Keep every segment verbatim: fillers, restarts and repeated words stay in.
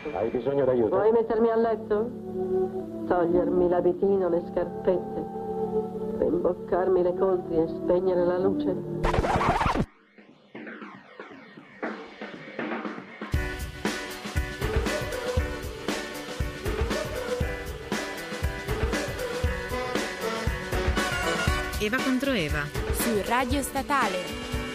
letto. Hai bisogno d'aiuto? Vuoi mettermi a letto? Togliermi l'abitino, le scarpette, rimboccarmi le coltri e spegnere la luce? Eva contro Eva su Radio Statale.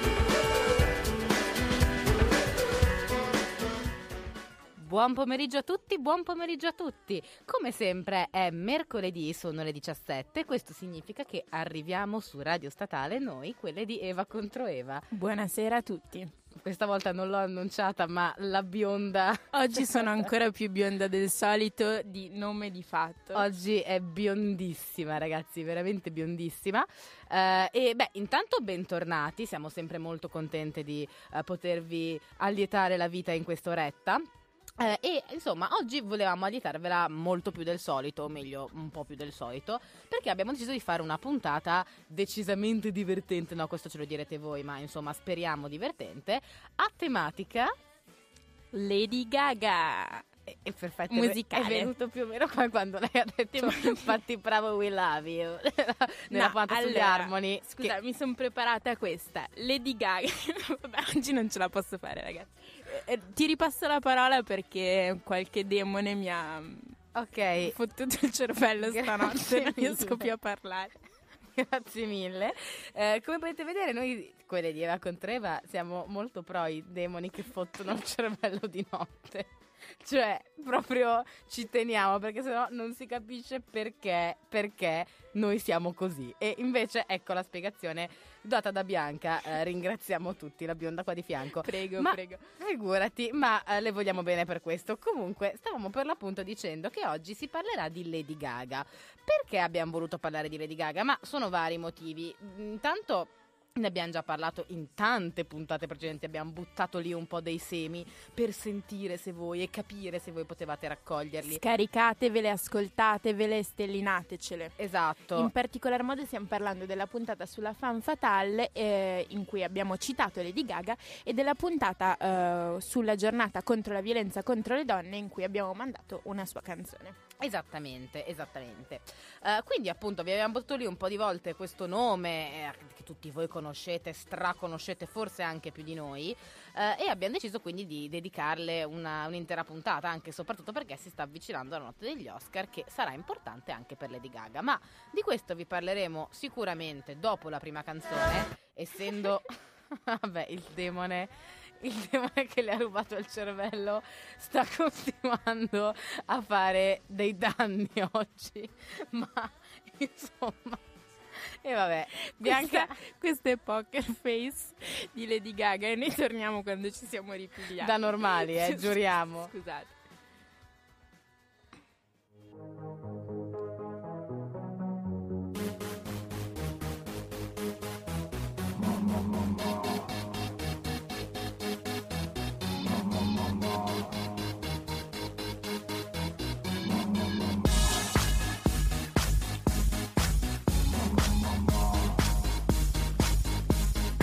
Buon pomeriggio a tutti, buon pomeriggio a tutti. Come sempre è mercoledì, sono le diciassette, questo significa che arriviamo su Radio Statale noi, quelle di Eva contro Eva. Buonasera a tutti. Questa volta non l'ho annunciata, ma la bionda... Oggi sono ancora più bionda del solito, di nome di fatto. Oggi è biondissima, ragazzi, veramente biondissima. Uh, e beh, intanto bentornati, siamo sempre molto contente di uh, potervi allietare la vita in quest'oretta. Eh, e insomma oggi volevamo allietarvela molto più del solito, o meglio un po' più del solito, perché abbiamo deciso di fare una puntata decisamente divertente, no, questo ce lo direte voi, ma insomma speriamo divertente, a tematica Lady Gaga. È perfetto, musicale. È venuto più o meno come quando lei ha detto infatti bravo we love you nella no, puntata allora, sugli Harmony. Scusa, che... mi sono preparata questa Lady Gaga. Vabbè, oggi non ce la posso fare, ragazzi. Eh, ti ripasso la parola perché qualche demone mi ha ok fottuto il cervello stanotte, non riesco più a parlare. Grazie mille. Eh, come potete vedere, noi, quelle di Eva contro Eva, siamo molto pro i demoni che fottono il cervello di notte. Cioè, proprio ci teniamo, perché sennò non si capisce perché, perché noi siamo così. E invece ecco la spiegazione data da Bianca. Eh, ringraziamo tutti, la bionda qua di fianco. Prego, ma, prego. Figurati, ma eh, le vogliamo bene per questo. Comunque, stavamo per l'appunto dicendo che oggi si parlerà di Lady Gaga. Perché abbiamo voluto parlare di Lady Gaga? Ma sono vari motivi. Intanto... ne abbiamo già parlato in tante puntate precedenti, abbiamo buttato lì un po' dei semi per sentire se voi e capire se voi potevate raccoglierli. Scaricatevele, ascoltatevele, stellinatecele. Esatto. In particolar modo stiamo parlando della puntata sulla femme fatale eh, in cui abbiamo citato Lady Gaga e della puntata eh, sulla giornata contro la violenza contro le donne in cui abbiamo mandato una sua canzone. Esattamente, esattamente. Uh, quindi appunto vi abbiamo buttato lì un po' di volte questo nome eh, che tutti voi conoscete, straconoscete, forse anche più di noi, uh, e abbiamo deciso quindi di dedicarle una, un'intera puntata, anche e soprattutto perché si sta avvicinando la notte degli Oscar, che sarà importante anche per Lady Gaga. Ma di questo vi parleremo sicuramente dopo la prima canzone, essendo... Vabbè, il demone, il demone che le ha rubato il cervello sta continuando a fare dei danni oggi, ma insomma, e vabbè, Bianca, questa, questa è Poker Face di Lady Gaga e noi torniamo quando ci siamo ripigliati. Da normali, eh, giuriamo. Scusate.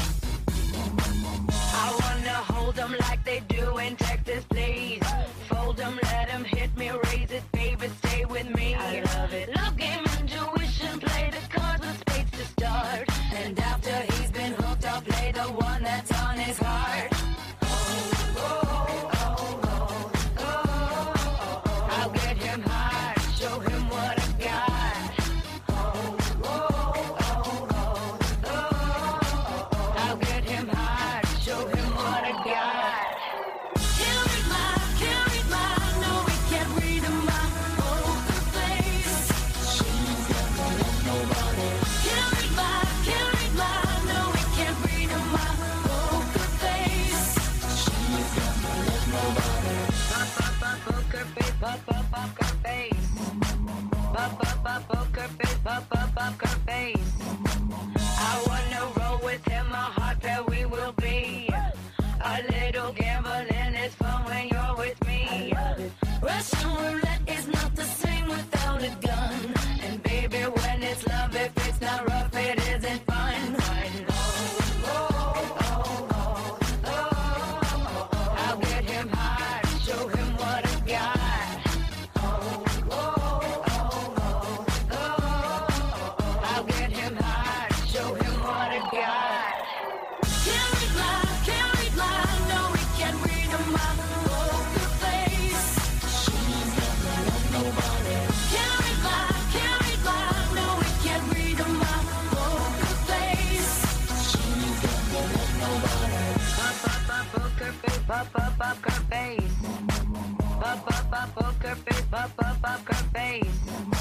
Like they do in Texas, please. Fold up poker face. Up up up poker face. Up up poker face.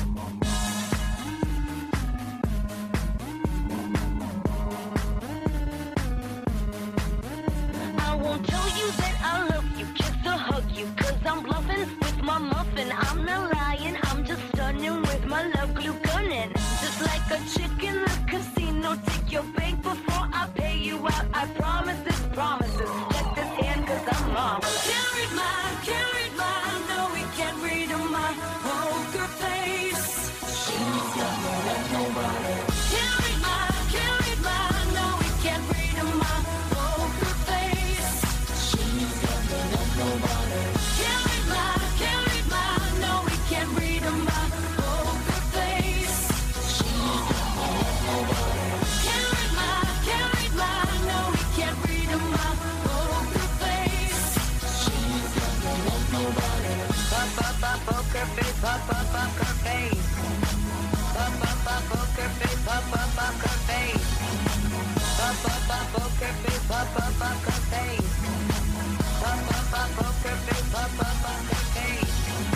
I won't tell you that I love you, just to hug you, cause I'm bluffing with my muffin. I'm not lying, I'm just stunning with my love glue gunning. Just like a chick in the casino, take your bank before I pay you out. I promise this promises, check this hand cause I'm wrong. Can't read mine, can't read mine, no we can't read my poker face. She's got no love, nobody. Can't read mine, can't read mine, no we can't read my poker face. She's got no love, nobody. Can't read mine, can't read mine, no we can't read my poker face. She's got no love, nobody. Can't read mine, can't read mine, no we can't read my poker face. She's got no love, nobody. Pop up up poker face, pop up poker face. Pop up up poker face, pop up poker face. Pop up up poker face, pop up poker face. Pop up up poker face, pop up poker face.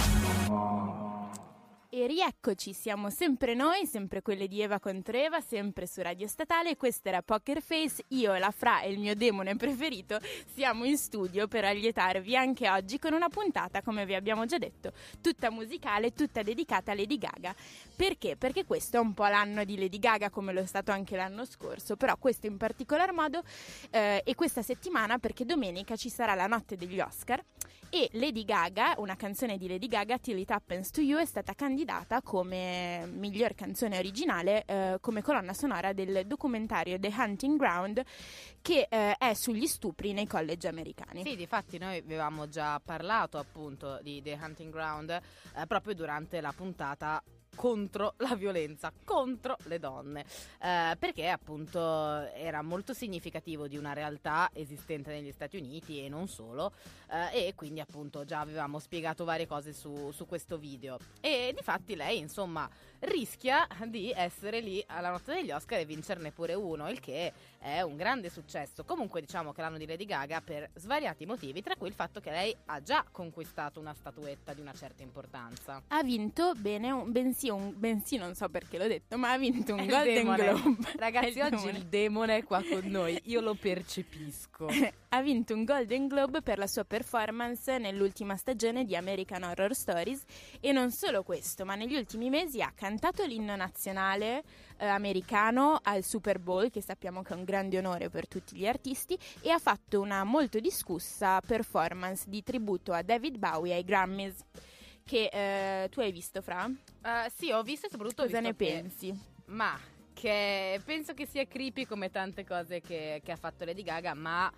E rieccoci, siamo sempre noi, sempre quelle di Eva contro Eva, sempre su Radio Statale. Questa era Poker Face, io, la Fra e il mio demone preferito siamo in studio per allietarvi anche oggi con una puntata, come vi abbiamo già detto, tutta musicale, tutta dedicata a Lady Gaga. Perché? Perché questo è un po' l'anno di Lady Gaga, come lo è stato anche l'anno scorso, però questo in particolar modo eh, e questa settimana perché domenica ci sarà la notte degli Oscar e Lady Gaga, una canzone di Lady Gaga, Till It Happens to You, è stata candidata come miglior canzone originale eh, come colonna sonora del documentario The Hunting Ground, che eh, è sugli stupri nei college americani. Sì, difatti noi avevamo già parlato appunto di The Hunting Ground eh, proprio durante la puntata contro la violenza, contro le donne, eh, perché appunto era molto significativo di una realtà esistente negli Stati Uniti e non solo, eh, e quindi appunto già avevamo spiegato varie cose su, su questo video e difatti lei insomma rischia di essere lì alla notte degli Oscar e vincerne pure uno, il che è un grande successo. Comunque diciamo che l'anno di Lady Gaga per svariati motivi, tra cui il fatto che lei ha già conquistato una statuetta di una certa importanza. Ha vinto bene un, bensì, un, bensì non so perché l'ho detto, ma ha vinto un È il Golden demone. Globe. Ragazzi, È il oggi demone. il demone è qua con noi, io lo percepisco. Ha vinto un Golden Globe per la sua performance nell'ultima stagione di American Horror Stories e non solo questo, ma negli ultimi mesi ha cantato l'inno nazionale eh, americano al Super Bowl, che sappiamo che è un grande onore per tutti gli artisti, e ha fatto una molto discussa performance di tributo a David Bowie ai Grammys, che eh, tu hai visto, Fra? Uh, sì, ho visto e soprattutto ho Cosa visto ne che- pensi? Ma che penso che sia creepy come tante cose che, che ha fatto Lady Gaga, ma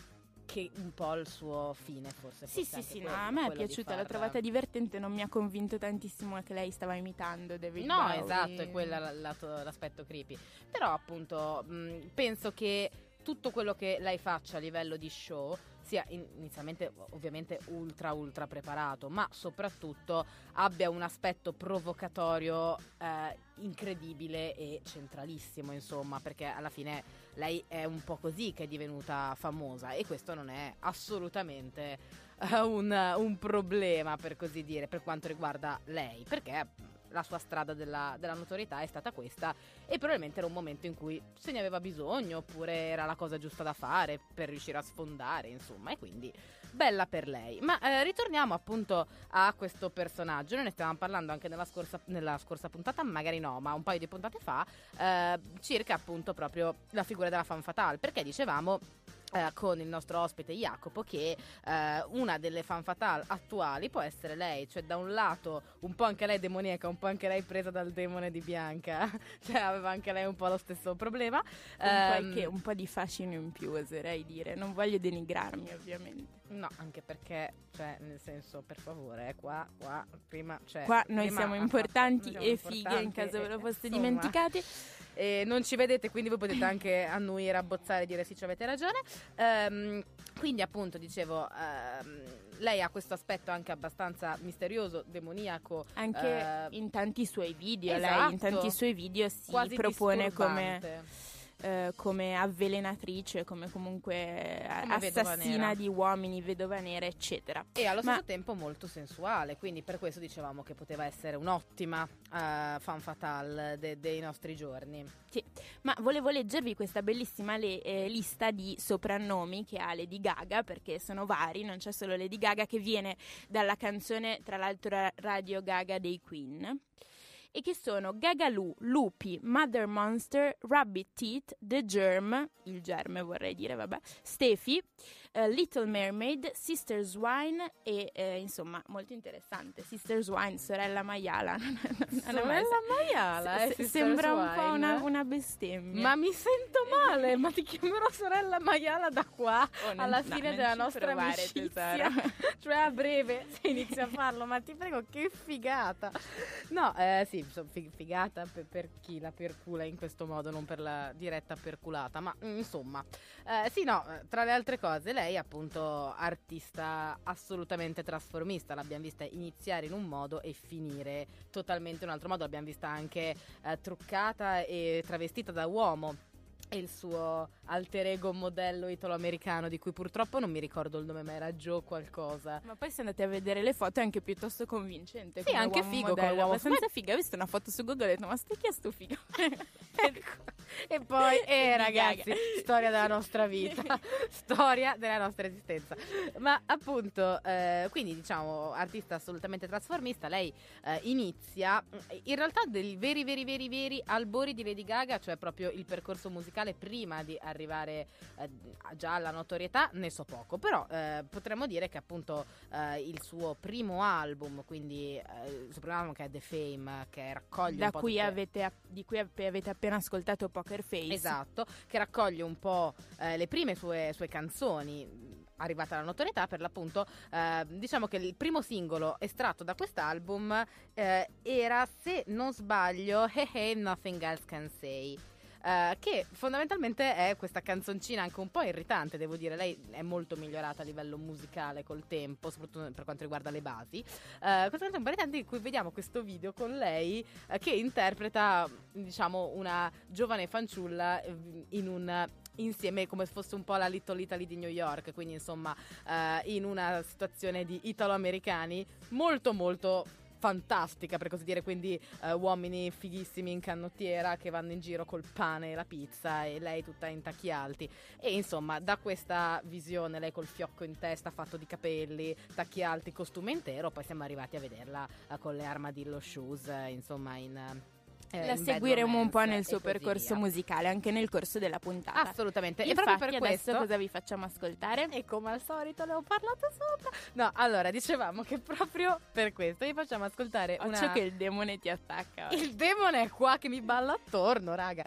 che un po' il suo fine forse Sì, fosse sì, anche sì, no, quello, a me è quello di piaciuta, l'ho far- trovata divertente, non mi ha convinto tantissimo che lei stava imitando David No, Bowie. esatto, è quello l- lato- l'aspetto creepy. Però appunto mh, penso che tutto quello che lei faccia a livello di show sia in- inizialmente ovviamente ultra ultra preparato, ma soprattutto abbia un aspetto provocatorio eh, incredibile e centralissimo, insomma, perché alla fine lei è un po' così che è divenuta famosa e questo non è assolutamente eh, un, un problema, per così dire, per quanto riguarda lei, perché la sua strada della, della notorietà è stata questa e probabilmente era un momento in cui se ne aveva bisogno oppure era la cosa giusta da fare per riuscire a sfondare, insomma, e quindi bella per lei. Ma eh, ritorniamo appunto a questo personaggio. Noi ne stavamo parlando anche nella scorsa, nella scorsa puntata, magari no, ma un paio di puntate fa, eh, circa appunto proprio la figura della femme fatale, perché dicevamo eh, con il nostro ospite Jacopo che eh, una delle femme fatale attuali può essere lei, cioè da un lato un po' anche lei demoniaca, un po' anche lei presa dal demone di Bianca, cioè aveva anche lei un po' lo stesso problema, Un, Ehm, qualche- un po' di fascino in più, oserei dire. Non voglio denigrarmi, ovviamente. no, anche perché, cioè, nel senso, per favore, eh, qua, qua, prima, cioè, Qua noi prima siamo ha importanti fatto- noi e siamo fighe, in importanti caso ve lo e, foste insomma, dimenticati. E non ci vedete, quindi voi potete anche annuire, abbozzare e dire sì, ci avete ragione. Ehm, quindi appunto dicevo, ehm, lei ha questo aspetto anche abbastanza misterioso, demoniaco, Anche eh, in tanti suoi video, lei esatto. in tanti suoi video si quasi propone come disturbante. eh, come avvelenatrice, come comunque Come vedova assassina nera. di uomini, vedova nera, eccetera. E allo Ma- stesso tempo molto sensuale, quindi per questo dicevamo che poteva essere un'ottima eh, fan fatale de- dei nostri giorni. Sì, ma volevo leggervi questa bellissima le- eh, lista di soprannomi che ha Lady Gaga, perché sono vari, non c'è solo Lady Gaga, che viene dalla canzone, tra l'altro, ra- Radio Gaga dei Queen, e che sono Gagaloo, Lupi, Mother Monster, Rabbit Teeth, The Germ, il germe vorrei dire, vabbè, Steffi, eh, Little Mermaid, Sister Swine e eh, insomma molto interessante, Sister Swine, sorella maiala. Non è- non è mai- Sorella maiala, se- eh, se- Sister sembra un po' Swine. una, una bestemmia. Ma mi sento male, ma ti chiamerò sorella maiala da qua Oh, non- alla no, fine non della ci nostra provare, amicizia. tesoro. Cioè a breve se inizi a farlo, ma ti prego, che figata. No, eh, sì, so- fi- figata per, per chi la percula in questo modo, non per la diretta perculata, ma mm, insomma. Eh, sì, no, eh, tra le altre cose, lei è appunto artista assolutamente trasformista, l'abbiamo vista iniziare in un modo e finire totalmente in un altro modo, l'abbiamo vista anche eh, truccata e travestita da uomo. E il suo alter ego modello italo-americano, di cui purtroppo non mi ricordo il nome, ma era Joe qualcosa. Ma poi se andate a vedere le foto è anche piuttosto convincente. Sì, come anche uomo figo modello, come uomo. abbastanza figa. Ho visto una foto su Google e ho detto, ma stai chi è sto figo? Ecco. E poi, eh Lady ragazzi, Gaga. storia della nostra vita, storia della nostra esistenza. Ma appunto, eh, quindi diciamo, artista assolutamente trasformista, lei eh, inizia, in realtà dei veri, veri, veri, veri albori di Lady Gaga, cioè proprio il percorso musicale prima di arrivare eh, già alla notorietà, ne so poco, però eh, potremmo dire che appunto eh, il suo primo album, quindi eh, il suo primo album che è The Fame, che raccoglie Da un po' cui tutte- avete, di cui ap- avete appena ascoltato Poker Face. Esatto, che raccoglie un po' eh, le prime sue, sue canzoni, mh, arrivata alla notorietà per l'appunto. Eh, diciamo che il primo singolo estratto da quest'album eh, era, se non sbaglio, Hey Hey Nothing Else Can Say. Uh, che fondamentalmente è questa canzoncina anche un po' irritante, devo dire. Lei è molto migliorata a livello musicale col tempo, soprattutto per quanto riguarda le basi. Uh, questa canzone un po' irritante, in cui vediamo questo video con lei uh, che interpreta, diciamo, una giovane fanciulla uh, in un insieme, come se fosse un po' la Little Italy di New York, quindi insomma uh, in una situazione di italo-americani molto molto fantastica, per così dire, quindi eh, uomini fighissimi in canottiera che vanno in giro col pane e la pizza e lei tutta in tacchi alti, e insomma da questa visione, lei col fiocco in testa, fatto di capelli, tacchi alti, costume intero, poi siamo arrivati a vederla eh, con le armadillo shoes, eh, insomma in... eh, La in Bad seguiremo un po' Romance nel suo e così percorso via. musicale, anche nel corso della puntata. Assolutamente. E Infatti, proprio per adesso questo cosa vi facciamo ascoltare? E come al solito le ho parlato sopra. No, allora dicevamo che proprio per questo vi facciamo ascoltare una... Occhio che il demone ti attacca. Il demone è qua che mi balla attorno, raga.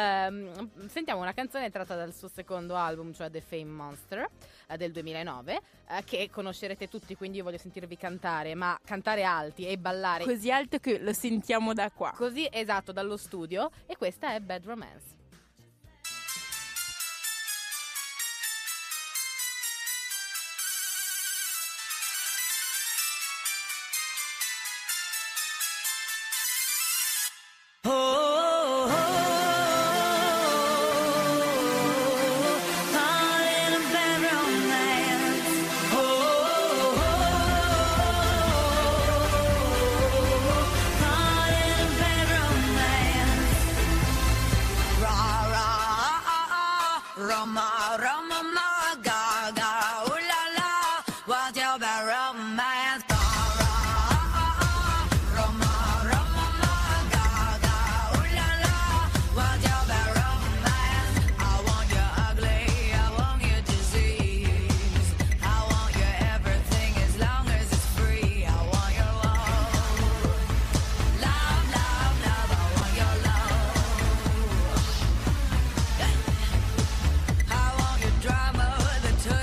Ehm, sentiamo una canzone tratta dal suo secondo album, cioè The Fame Monster, eh, del duemilanove, eh, che conoscerete tutti, quindi io voglio sentirvi cantare, ma cantare alti e ballare Così alto che lo sentiamo da qua. così, esatto, dallo studio. E questa è Bad Romance. Roma, Roma, ma, ga, ga, ooh la la, what's your bad romance? Ga, ra, ah, ah, Roma, Roma, ma, ga, ga, ooh la la, what's your bad romance? I want you ugly, I want you disease, I want you everything as long as it's free. I want your love, love, love, love, I want your love. I want your drama, the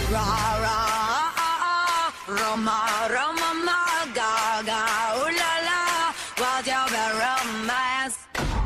Ra ra ah, ah, ah. Roma, Roma, ma, Gaga, ooh la la, what's your bad romance?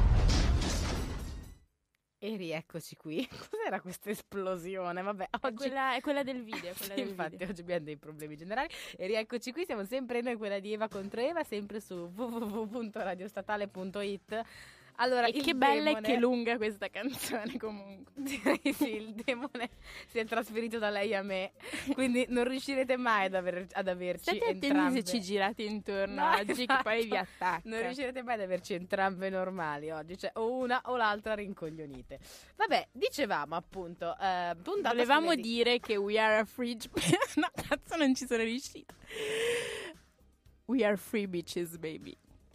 E rieccoci qui. Cos'era questa esplosione? Vabbè, È oggi... quella, è quella del video. è Quella Sì, del infatti video. oggi abbiamo dei problemi generali. E rieccoci qui, siamo sempre noi, quella di Eva contro Eva, sempre su w w w punto radiostatale punto it. Allora, E il che bella demone... e che lunga questa canzone comunque. Direi sì, il demone si è trasferito da lei a me, quindi non riuscirete mai ad, aver, ad averci State attenti entrambe. se ci girate intorno No, oggi esatto. che poi vi attacca. Non riuscirete mai ad averci entrambe normali oggi, cioè o una o l'altra rincoglionite. Vabbè, dicevamo appunto, eh, puntata Volevamo su Lady- dire che we are a fridge. No, cazzo, non ci sono riuscita. We are free bitches, baby.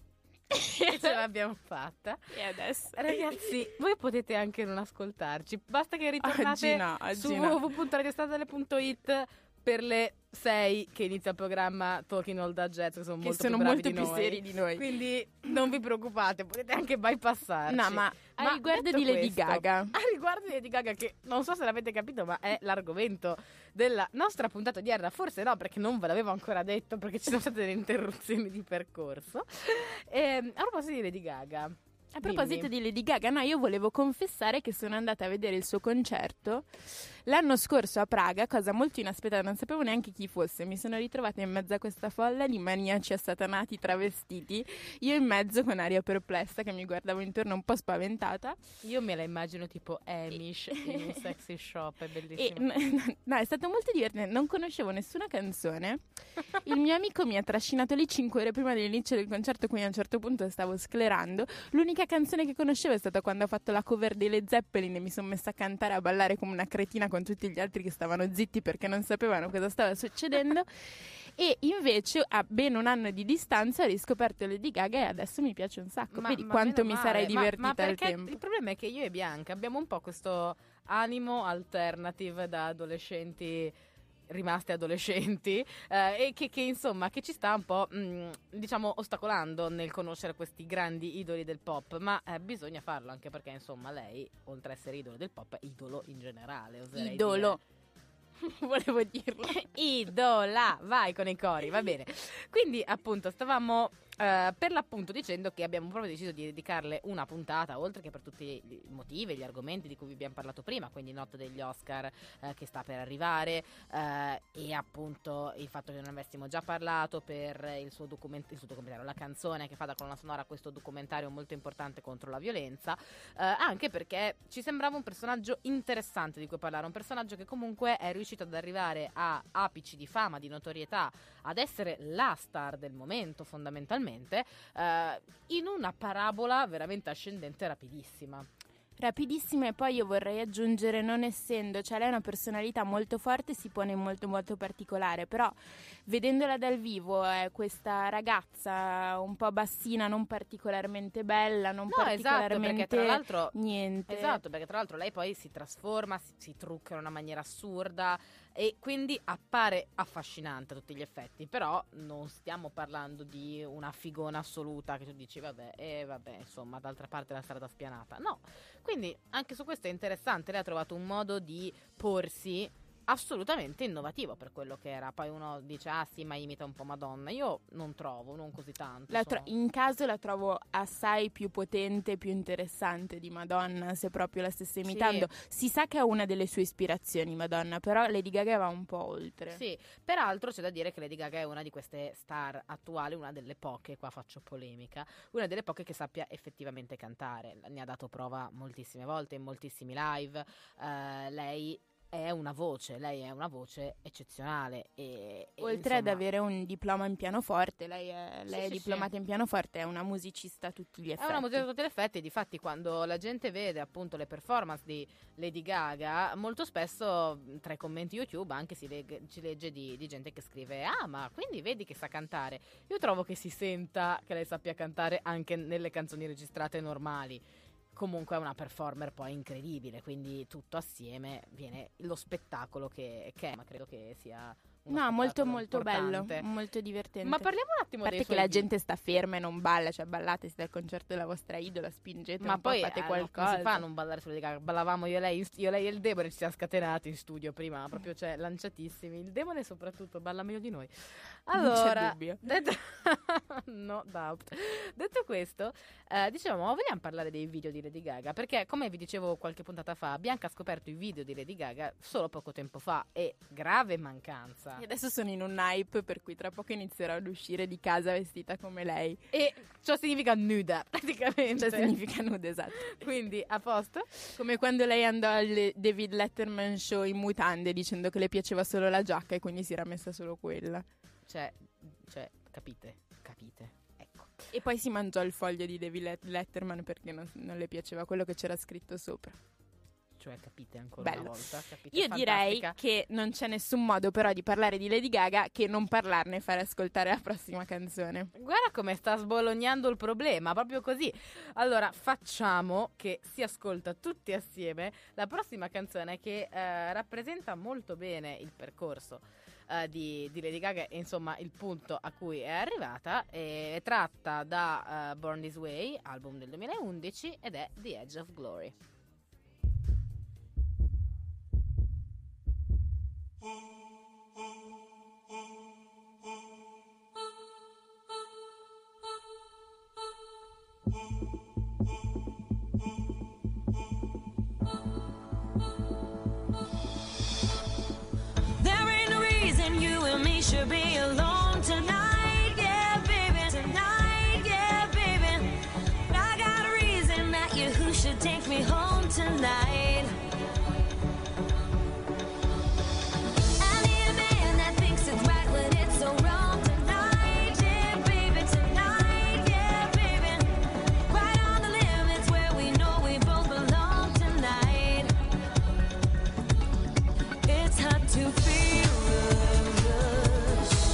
e ce l'abbiamo fatta. E adesso? Ragazzi, voi potete anche non ascoltarci, basta che ritornate Oggi no, oggi su no. w w w punto radiostatale punto it per le sei che inizia il programma Talking All That Jazz, che sono Che molto sono più bravi molto di più noi. seri di noi. Quindi non vi preoccupate, potete anche bypassarci. No, ma a riguardo detto di Lady questo, Gaga. A riguardo di Lady Gaga, che non so se l'avete capito, ma è l'argomento della nostra puntata odierna. Forse no, perché non ve l'avevo ancora detto, perché ci sono state delle interruzioni di percorso. E, a proposito di Lady Gaga. A proposito dimmi. di Lady Gaga, no, io volevo confessare che sono andata a vedere il suo concerto l'anno scorso a Praga, cosa molto inaspettata, non sapevo neanche chi fosse, mi sono ritrovata in mezzo a questa folla di maniaci assatanati travestiti, io in mezzo con aria perplessa che mi guardavo intorno un po' spaventata. Io me la immagino tipo Amish in un sexy shop, è E, bellissimo. n- no, è stato molto divertente, non conoscevo nessuna canzone. Il mio amico mi ha trascinato lì cinque ore prima dell'inizio del concerto, quindi a un certo punto stavo sclerando. L'unica canzone che conoscevo è stata quando ho fatto la cover dei Led Zeppelin e mi sono messa a cantare, a ballare come una cretina con tutti gli altri che stavano zitti perché non sapevano cosa stava succedendo. E invece a ben un anno di distanza ho riscoperto Lady Gaga e adesso mi piace un sacco. Ma- Vedi ma quanto meno mi male. sarei Ma- divertita ma al perché tempo. il problema è che io e Bianca abbiamo un po' questo animo alternative da adolescenti rimaste adolescenti eh, e che, che insomma che ci sta un po' mh, diciamo ostacolando nel conoscere questi grandi idoli del pop, ma eh, bisogna farlo anche perché insomma lei, oltre ad essere idolo del pop, è idolo in generale, oserei Idolo. Volevo dirlo. dire. Idola, vai con i cori, va bene. Quindi appunto stavamo eh, per l'appunto dicendo che abbiamo proprio deciso di dedicarle una puntata, oltre che per tutti i motivi, gli argomenti di cui vi abbiamo parlato prima, quindi notte degli Oscar eh, che sta per arrivare eh, e appunto il fatto che non avessimo già parlato per il suo, document- il suo documentario, la canzone che fa da colonna sonora a questo documentario molto importante contro la violenza, eh, anche perché ci sembrava un personaggio interessante di cui parlare, un personaggio che comunque è riuscito ad arrivare a apici di fama, di notorietà, ad essere la star del momento fondamentalmente, eh, in una parabola veramente ascendente rapidissima. Rapidissima, e poi io vorrei aggiungere, non essendo, cioè lei è una personalità molto forte, si pone molto molto particolare, però vedendola dal vivo è questa ragazza un po' bassina, non particolarmente bella, non No, esatto, particolarmente perché tra l'altro niente. Esatto, perché tra l'altro lei poi si trasforma, si, si trucca in una maniera assurda e quindi appare affascinante a tutti gli effetti, però non stiamo parlando di una figona assoluta che tu dici vabbè, e vabbè, insomma, d'altra parte la strada spianata. No, quindi anche su questo è interessante, lei ha trovato un modo di porsi assolutamente innovativo per quello che era. Poi uno dice ah sì, ma imita un po' Madonna. Io non trovo, non così tanto. La tro- sono- in caso la trovo assai più potente, più interessante di Madonna, se proprio la stesse imitando. Si sa che è una delle sue ispirazioni Madonna, però Lady Gaga va un po' oltre. Sì, peraltro c'è da dire che Lady Gaga è una di queste star attuali, una delle poche, qua faccio polemica, una delle poche che sappia effettivamente cantare. Ne ha dato prova moltissime volte, in moltissimi live. Eh, lei è una voce, lei è una voce eccezionale. E, e Oltre ad insomma, avere un diploma in pianoforte, lei è, lei Sì, è sì, diplomata sì. in pianoforte, è una musicista a tutti gli è effetti. una musica a tutti gli effetti, difatti quando la gente vede appunto le performance di Lady Gaga, molto spesso tra i commenti YouTube anche si legge, ci legge di, di gente che scrive ah ma quindi vedi che sa cantare. Io trovo che si senta che lei sappia cantare anche nelle canzoni registrate normali. comunque è una performer poi incredibile, quindi tutto assieme viene lo spettacolo che, che è, ma credo che sia uno No, molto spettacolo molto bello, importante. molto divertente. Ma parliamo un attimo A dei parte che suoi la video. gente sta ferma e non balla, cioè ballate, siete al concerto della vostra idola, spingete Ma un po', poi fate eh, no, qualcosa. come si fa a non ballare su Lady Gaga? Ballavamo io e lei, io, lei e il demone, ci siamo scatenati in studio prima, proprio cioè lanciatissimi. Il demone soprattutto balla meglio di noi. Non c'è Allora, dubbio. detto, no doubt. Detto questo, eh, dicevamo, ma vogliamo parlare dei video di Lady Gaga? Perché come vi dicevo qualche puntata fa, Bianca ha scoperto i video di Lady Gaga solo poco tempo fa e grave mancanza. E adesso sono in un hype per cui tra poco inizierò ad uscire di casa vestita come lei. E ciò significa nuda, praticamente. Cioè significa nude, esatto. Quindi, a posto? Come quando lei andò al David Letterman show in mutande dicendo che le piaceva solo la giacca e quindi si era messa solo quella. Cioè, cioè capite, capite, ecco. E poi si mangiò il foglio di David Let- Letterman perché non, non le piaceva quello che c'era scritto sopra. Cioè, capite ancora Bello. una volta? Capite? Io direi Fantastica. che non c'è nessun modo però di parlare di Lady Gaga che non parlarne e fare ascoltare la prossima canzone. Guarda come sta sbolognando il problema, proprio così. Allora, facciamo che si ascolta tutti assieme la prossima canzone che eh, rappresenta molto bene il percorso eh, di, di Lady Gaga e insomma il punto a cui è arrivata. È tratta da eh, Born This Way, album del duemilaundici, ed è The Edge of Glory. There ain't no reason you and me should be alone tonight, yeah, baby. Tonight, yeah, baby. But I got a reason that you who should take me home tonight. I need a man that thinks it's right when it's so wrong tonight, yeah, baby. Tonight, yeah, baby. Right on the limits where we know we both belong tonight. It's hard to feel the rush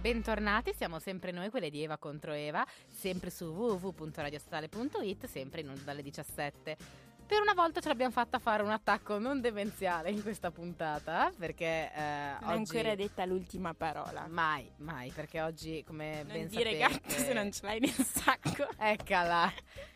bentornati, siamo sempre noi, quelle di Eva contro Eva, sempre su w w w punto radiostatale punto i t, sempre in onda dalle diciassette. Per una volta ce l'abbiamo fatta fare un attacco non demenziale in questa puntata, perché eh, Non è oggi... ancora detta l'ultima parola. Mai, mai, perché oggi, come Non ben dire sapete... gatto se non ce l'hai nel sacco. Eccola.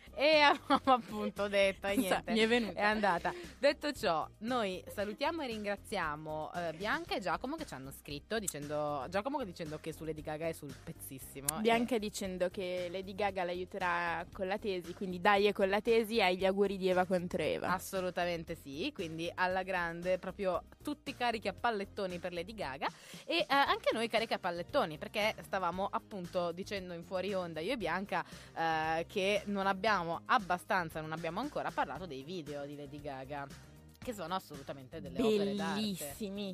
E avevamo appunto detto e So, niente, mi è venuta. è andata. Detto ciò, noi salutiamo e ringraziamo eh, Bianca e Giacomo che ci hanno scritto dicendo, Giacomo dicendo che su Lady Gaga è sul pezzissimo. Bianca dicendo che Lady Gaga l'aiuterà con la tesi, quindi dai e con la tesi hai gli auguri di Eva contro Eva. Assolutamente sì, quindi alla grande, proprio tutti carichi a pallettoni per Lady Gaga e eh, anche noi carichi a pallettoni, perché stavamo appunto dicendo in fuori onda io e Bianca eh, che non abbiamo abbastanza, non abbiamo ancora parlato dei video di Lady Gaga, che sono assolutamente delle opere d'arte. Bellissimi.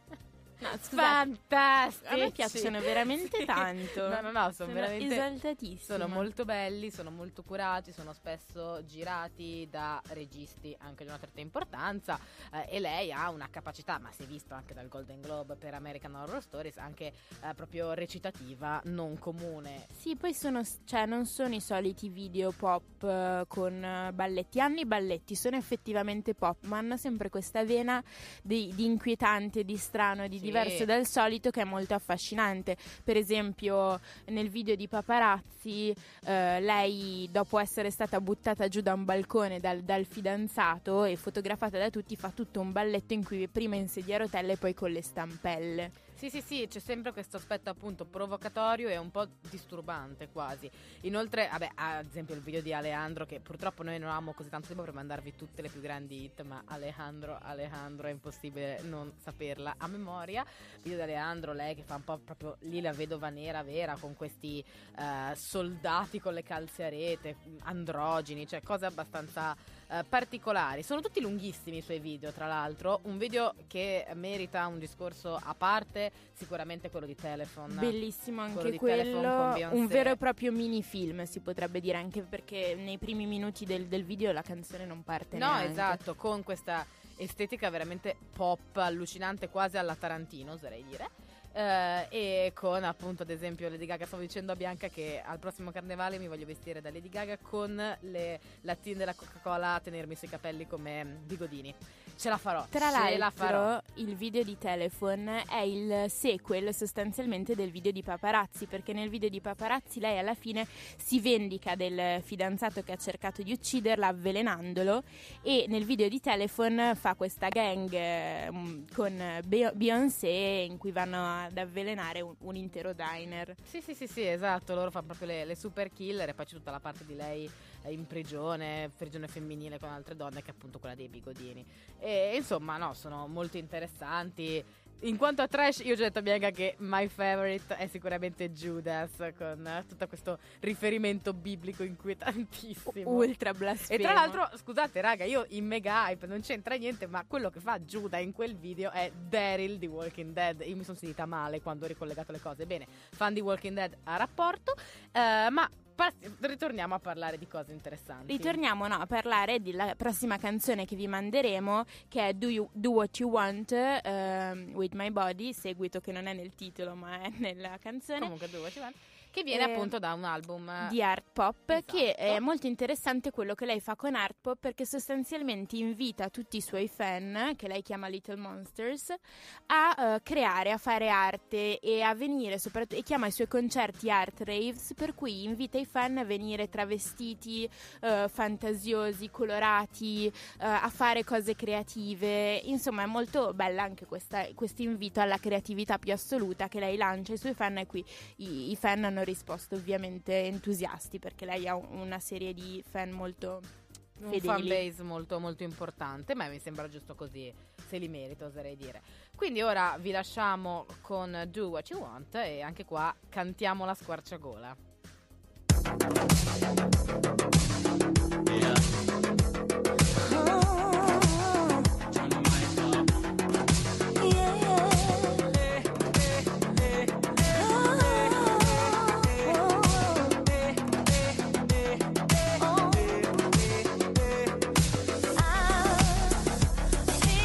No, scusate, Fantastici. a me piacciono veramente Sì. tanto. No, no, no, sono, veramente esaltatissimi. sono molto belli, sono molto curati, sono spesso girati da registi anche di una certa importanza eh, e lei ha una capacità, ma si è visto anche dal Golden Globe per American Horror Stories, anche eh, proprio recitativa non comune. Sì, poi sono, cioè, non sono i soliti video pop eh, con eh, balletti. Hanno i balletti, sono effettivamente pop, ma hanno sempre questa vena di, di inquietante, di strano e di Sì. diverso dal solito che è molto affascinante. Per esempio nel video di Paparazzi eh, lei, dopo essere stata buttata giù da un balcone dal, dal fidanzato e fotografata da tutti, fa tutto un balletto in cui prima in sedia a rotelle e poi con le stampelle. Sì, sì, sì, c'è sempre questo aspetto appunto provocatorio e un po' disturbante quasi. Inoltre, vabbè, ad esempio il video di Alejandro, che purtroppo noi non avevamo così tanto tempo per mandarvi tutte le più grandi hit, ma Alejandro, Alejandro è impossibile non saperla a memoria. Il video di Alejandro, lei che fa un po' proprio lì la vedova nera vera, con questi eh, soldati con le calze a rete, androgini, cioè cose abbastanza eh, particolari. Sono tutti lunghissimi i suoi video, tra l'altro. Un video che merita un discorso a parte, sicuramente quello di Telephone. Bellissimo anche Quello di quello, Telephone con Beyoncé. un vero e proprio mini film si potrebbe dire, anche perché nei primi minuti del, del video la canzone non parte No, neanche. esatto, con questa estetica veramente pop, allucinante, quasi alla Tarantino, oserei dire. Eh, e con appunto ad esempio Lady Gaga. Stavo dicendo a Bianca che al prossimo carnevale mi voglio vestire da Lady Gaga con le lattine della Coca-Cola a tenermi sui capelli come bigodini. Ce la farò. Tra ce la farò. l'altro il video di Telephone è il sequel sostanzialmente del video di Paparazzi, perché nel video di Paparazzi lei alla fine si vendica del fidanzato che ha cercato di ucciderla avvelenandolo, e nel video di Telephone fa questa gang eh, con Be- Beyoncé in cui vanno ad avvelenare un, un intero diner. Sì, sì, sì, sì, esatto. Loro fanno proprio le, le super killer, e poi c'è tutta la parte di lei eh, in prigione, prigione femminile con altre donne, che è appunto quella dei bigodini. E insomma, no, sono molto interessanti. In quanto a trash, io ho già detto a Bianca che my favorite è sicuramente Judas, con eh, tutto questo riferimento biblico inquietantissimo. Ultra blasfemo. E tra l'altro, scusate raga, io in mega hype non c'entra niente, ma quello che fa Giuda in quel video è Daryl di Walking Dead. Io mi sono sentita male quando ho ricollegato le cose. Bene, fan di Walking Dead a rapporto, eh, ma par- ritorniamo a parlare di cose interessanti. Ritorniamo no, a parlare della prossima canzone che vi manderemo, che è Do, you, Do What You Want ehm, With My Body, seguito che non è nel titolo ma è nella canzone. Comunque due ci vanno. Che viene Eh, appunto da un album di art pop, Esatto. che è molto interessante quello che lei fa con art pop, perché sostanzialmente invita tutti i suoi fan, che lei chiama Little Monsters, a eh, creare, a fare arte e a venire soprattutto, e chiama i suoi concerti art raves, per cui invita i fan a venire travestiti, eh, fantasiosi, colorati, eh, a fare cose creative. Insomma è molto bella anche questo invito alla creatività più assoluta che lei lancia ai suoi fan, e qui i, i fan hanno risposto ovviamente entusiasti, perché lei ha un- una serie di fan molto un fedeli. fan base molto molto importante, ma mi sembra giusto così, se li merita, oserei dire. Quindi ora vi lasciamo con Do What You Want, e anche qua cantiamo la squarciagola.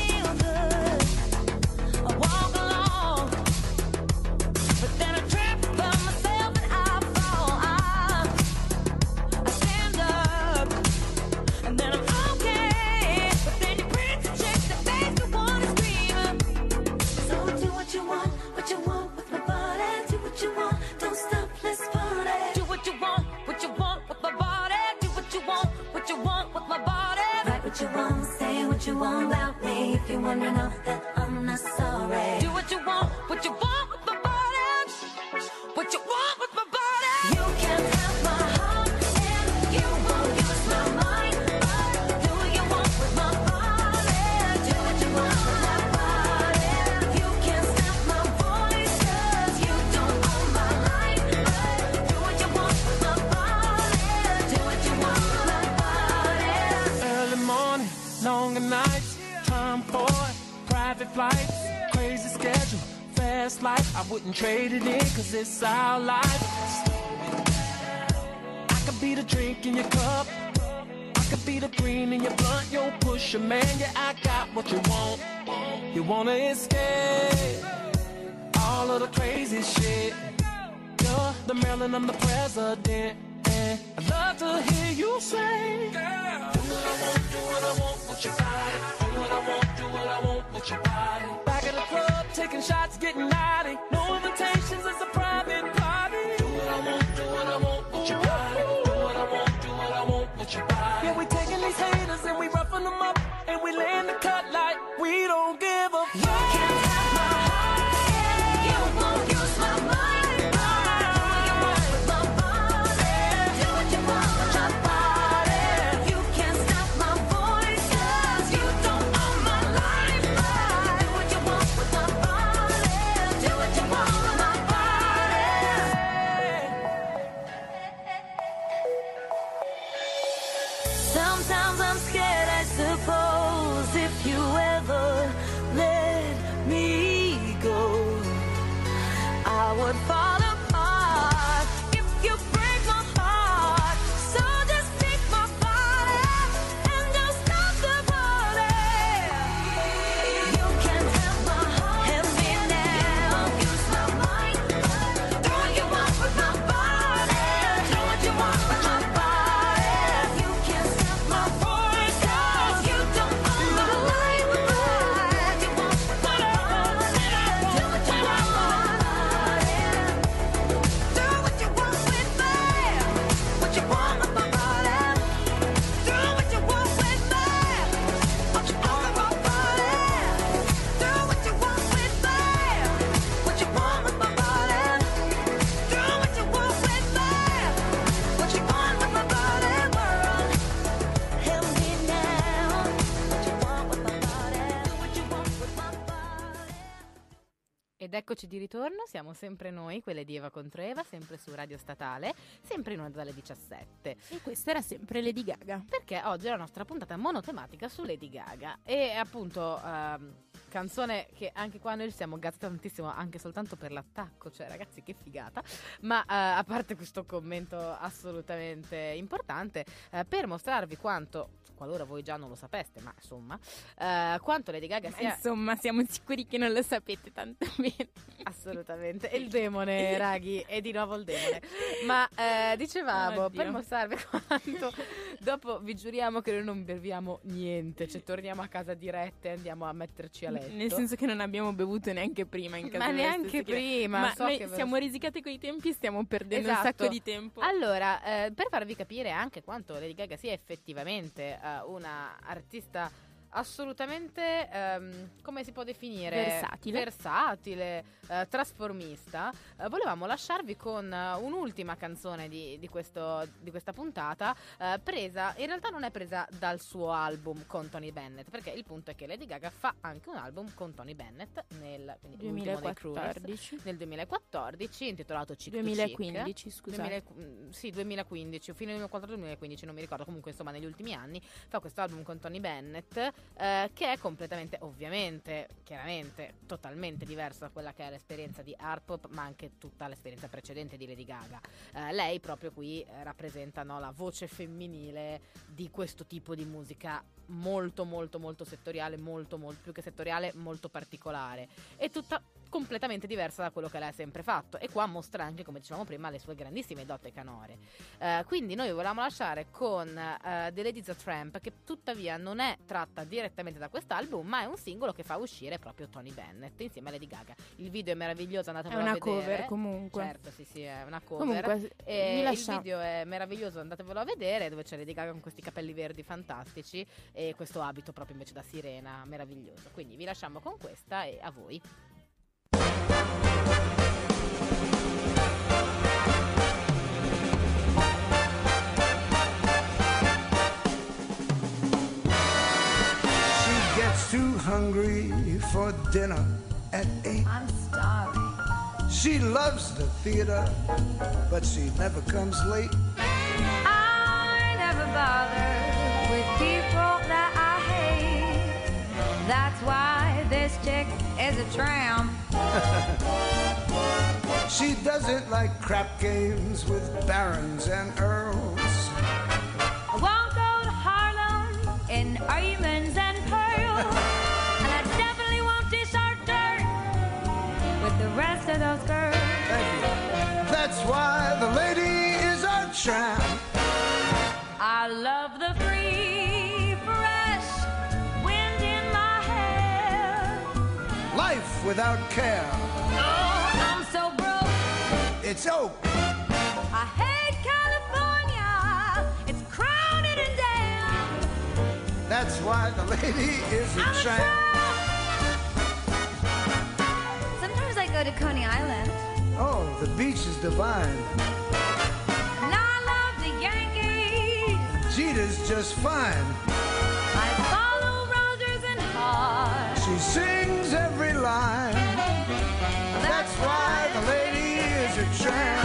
But then a trip if you wanna know that I'm not sorry. Do what you want, what you want with my body. What you want with my body. You can't have my heart and you won't use my mind. But do what you want with my body. Do what you want with my body. You can't stop my voice 'cause you don't own my life. But do what you want with my body. Do what you want with my body. Early morning, longer nights, time for private flights, crazy schedule, fast life. I wouldn't trade it in 'cause it's our life. I could be the drink in your cup, I could be the green in your blunt. Yo, push your man, yeah, I got what you want. You wanna escape all of the crazy shit. You're the Maryland, I'm the president, and I'd love to hear you say, girl, do what I want, do what I want with your body. Do what I want, do what I want with your body. Back at the club, taking shots, getting naughty. No invitations, it's a private party. Do what I want, do what I want with your body. Do what I want, do what I want with your body. Yeah, we taking these haters and we roughing them up, and we laying the cut like we don't give a fuck. You can't have my heart and you won't use my mind. Do what you want with my body. Do what you want with my body. You can't stop my voice 'cause you don't own my life. But do what you want with my body. Do what you want with my body. Sometimes I'm scared, I suppose, if you ever let me go, I would fall apart if you break my heart. So just take my body and don't stop the party. You can't have my heart and me now. Use my mind. Do what you want with my body. Do what you want with my body. You can't stop my voice 'cause you don't own my life. Do what you want with my body. Do what you want with my body. Do what you want with me. What you want with my body. Do what you want with me. What you want with my body. Do what you want with me. What you want with my body. Do what you want with me. What you want with my body, world. Help me now. What you want with my body. Do what you want with my body. Ed eccoci di ritorno, siamo sempre noi, quelle di Eva contro Eva, sempre su Radio Statale, sempre in onda dalle diciassette. E questa era sempre Lady Gaga. Perché oggi è la nostra puntata monotematica su Lady Gaga. E appunto, ehm, canzone che anche qua noi siamo gazzati tantissimo, anche soltanto per l'attacco, cioè ragazzi che figata. Ma eh, a parte questo commento assolutamente importante, eh, per mostrarvi quanto, qualora voi già non lo sapeste, ma insomma, eh, quanto Lady Gaga Ma sia... insomma, siamo sicuri che non lo sapete tanto bene. Assolutamente, e il demone, raghi, e di nuovo il demone. Ma eh, dicevamo, Oddio. per mostrarvi quanto, dopo vi giuriamo che noi non beviamo niente, cioè torniamo a casa dirette e andiamo a metterci a letto. Nel senso che non abbiamo bevuto neanche prima in casa Ma nostra, neanche sì che- prima, Ma so noi che ve lo- siamo risicate coi tempi e stiamo perdendo Esatto. un sacco di tempo. Allora, eh, per farvi capire anche quanto Lady Gaga sia effettivamente eh, una artista assolutamente, ehm, come si può definire? Versatile. Versatile, eh, trasformista. Eh, volevamo lasciarvi con eh, un'ultima canzone di, di, questo, di questa puntata, eh, presa, in realtà non è presa dal suo album con Tony Bennett, perché il punto è che Lady Gaga fa anche un album con Tony Bennett nel quindi l'ultimo dei Crooners, duemilaquattordici nel duemilaquattordici, intitolato Chick to duemilaquindici, Chick. scusate. duemila sì, duemilaquindici, fino al duemilaquattordici duemilaquindici, non mi ricordo, comunque insomma negli ultimi anni fa questo album con Tony Bennett, eh, che è completamente, ovviamente, chiaramente, totalmente diverso da quella che è l'esperienza di art pop, ma anche tutta l'esperienza precedente di Lady Gaga. Eh, lei proprio qui eh, rappresenta, no, la voce femminile di questo tipo di musica molto molto molto settoriale, molto molto più che settoriale, molto particolare, e tutta completamente diversa da quello che lei ha sempre fatto, e qua mostra anche, come dicevamo prima, le sue grandissime dote canore. Uh, quindi noi volevamo lasciare con uh, The Ladies of Tramp, che tuttavia non è tratta direttamente da quest'album, ma è un singolo che fa uscire proprio Tony Bennett insieme a Lady Gaga. Il video è meraviglioso, andatevelo È una a vedere. cover comunque. Certo, sì sì, è una cover. Comunque, e vi il lascia- video è meraviglioso, andatevelo a vedere, dove c'è Lady Gaga con questi capelli verdi fantastici e questo abito proprio invece da sirena meraviglioso. Quindi vi lasciamo con questa e a voi. She gets too hungry for dinner at eight. I'm starving. She loves the theater, but she never comes late. I never bother with people that I hate. That's why this chick is a tramp. She doesn't like crap games with barons and earls. I won't go to Harlem in diamonds and pearls. And I definitely won't dish our dirt with the rest of those girls. Thank you. That's why the lady is a tramp. I love the free, fresh wind in my hair. Life without care. Oh, I'm so broke. It's oak. I hate California. It's crowded and damn. That's why the lady is a I'm a tramp. tramp. Sometimes I go to Coney Island. Oh, the beach is divine. And I love the Yankees. Jeter's just fine. I follow Rogers and Hart. She sings every line. That's why the lady is a tramp.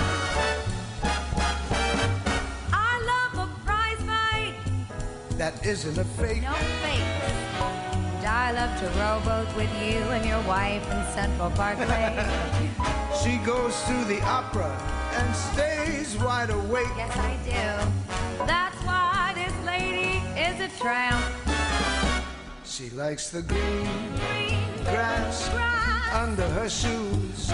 I love a prize fight. That isn't a fake. No fakes. And I love to rowboat with you and your wife in Central Park Lake. She goes to the opera and stays wide awake. Yes, I do. That's why this lady is a tramp. She likes the green Green grass grass. under her shoes.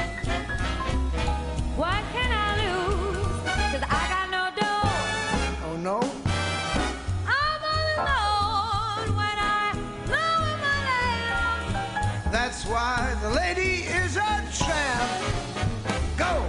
What can I lose? 'Cause I got no dough. Oh no, I'm all alone when I lower my lamp. that's why the lady is a tramp. Go!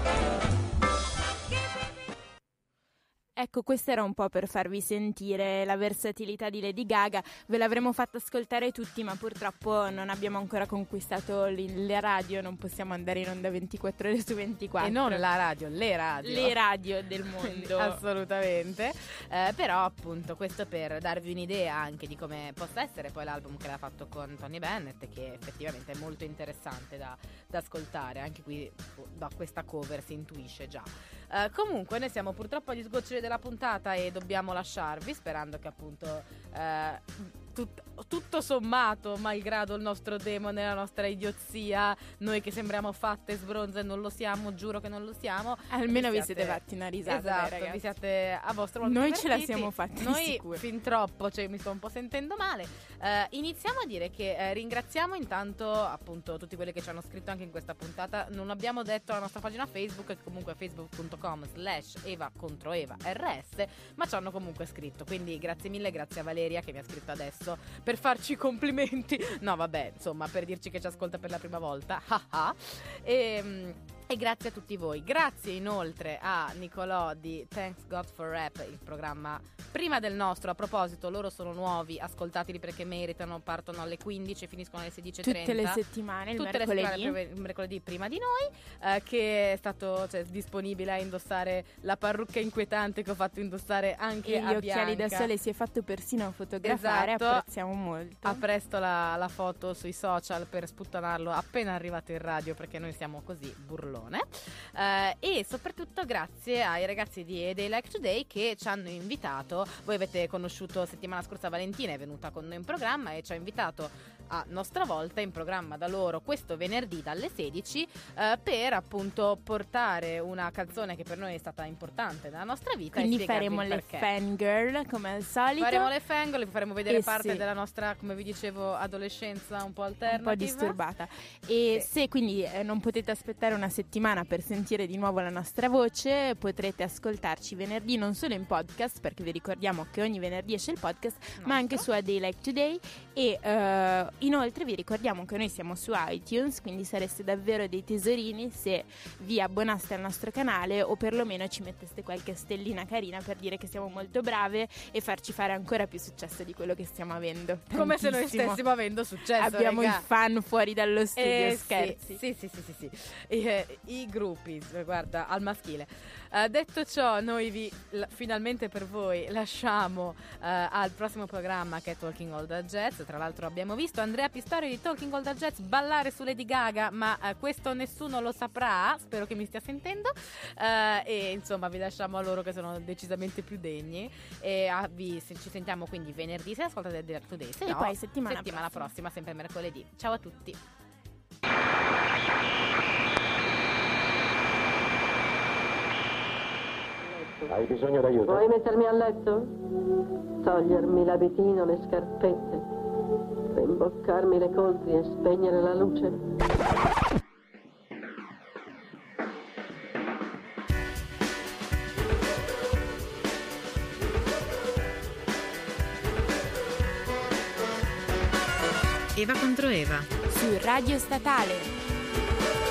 Ecco, questo era un po' per farvi sentire la versatilità di Lady Gaga. Ve l'avremmo fatto ascoltare tutti, ma purtroppo non abbiamo ancora conquistato l- le radio, non possiamo andare in onda ventiquattro ore su ventiquattro. E non la radio, le radio. Le radio del mondo. Assolutamente. Eh, però appunto questo per darvi un'idea anche di come possa essere poi l'album che l'ha fatto con Tony Bennett, che effettivamente è molto interessante da, da ascoltare. Anche qui da questa cover si intuisce già. Eh, comunque noi siamo purtroppo agli sgoccioli della puntata e dobbiamo lasciarvi, sperando che appunto eh, tut- tutto sommato, malgrado il nostro demone, la nostra idiozia, noi che sembriamo fatte sbronze non lo siamo, giuro che non lo siamo. Almeno vi siete fatti una risata, dai, Esatto, ragazzi. vi siete a vostro modo Noi ce la divertiti. siamo fatta, Noi sicuro. fin troppo, cioè mi sto un po' sentendo male. Eh, iniziamo a dire che eh, ringraziamo intanto appunto tutti quelli che ci hanno scritto anche in questa puntata. Non abbiamo detto la nostra pagina Facebook, che comunque è facebook punto com slash eva contro eva rs, ma ci hanno comunque scritto, quindi grazie mille, grazie a Valeria che mi ha scritto adesso per farci complimenti, no vabbè, insomma, per dirci che ci ascolta per la prima volta. e, e grazie a tutti voi. Grazie inoltre a Nicolò di Thanks God for Rap, il programma prima del nostro. A proposito, loro sono nuovi, ascoltateli perché meritano. Partono alle quindici, finiscono alle sedici e trenta Tutte le settimane, il tutte mercoledì. le settimane, il mercoledì prima di noi, eh, che è stato, cioè, disponibile a indossare la parrucca inquietante che ho fatto indossare anche E a gli occhiali da Bianca. sole, si è fatto persino fotografare, Esatto. apprezziamo molto. Ha presto la, la foto sui social per sputtanarlo appena arrivato in radio, perché noi siamo così burlone. Eh, e soprattutto grazie ai ragazzi di A Day Like Today che ci hanno invitato. Voi avete conosciuto settimana scorsa Valentina, è venuta con noi in programma e ci ha invitato a nostra volta in programma da loro questo venerdì dalle sedici eh, per appunto portare una canzone che per noi è stata importante nella nostra vita. Quindi e spiegarvi faremo il le perché. fangirl come al solito. Faremo le fangirl, vi faremo vedere Eh parte sì. della nostra, come vi dicevo, adolescenza un po' alternativa. un po' disturbata. E Sì. se quindi eh, non potete aspettare una settimana per sentire di nuovo la nostra voce, potrete ascoltarci venerdì non solo in podcast, perché vi ricordiamo che ogni venerdì esce il podcast, Nostro. ma anche su A Day Like Today. E eh, inoltre vi ricordiamo che noi siamo su iTunes, quindi sareste davvero dei tesorini se vi abbonaste al nostro canale o perlomeno ci metteste qualche stellina carina per dire che siamo molto brave e farci fare ancora più successo di quello che stiamo avendo. Come se noi Tantissimo. stessimo avendo successo. Abbiamo regà. i fan fuori dallo studio, Eh, scherzi. Sì, sì, sì, sì, sì. Eh, I gruppi, guarda, al maschile. Eh, detto ciò, noi vi l- finalmente per voi lasciamo eh, al prossimo programma che è Talking All That Jazz. Tra l'altro abbiamo visto Andrea Pistori di Talking All That Jazz ballare su Lady Gaga, ma eh, questo nessuno lo saprà, spero che mi stia sentendo. Eh, e insomma vi lasciamo a loro che sono decisamente più degni. E ah, vi, se ci sentiamo quindi venerdì se ascoltate Direct Today, se E no, poi settimana prossima. prossima. sempre mercoledì. Ciao a tutti. Hai bisogno d'aiuto? Vuoi mettermi a letto? Togliermi l'abitino, le scarpette, rimboccarmi le coltri e spegnere la luce? Eva contro Eva. Su Radio Statale.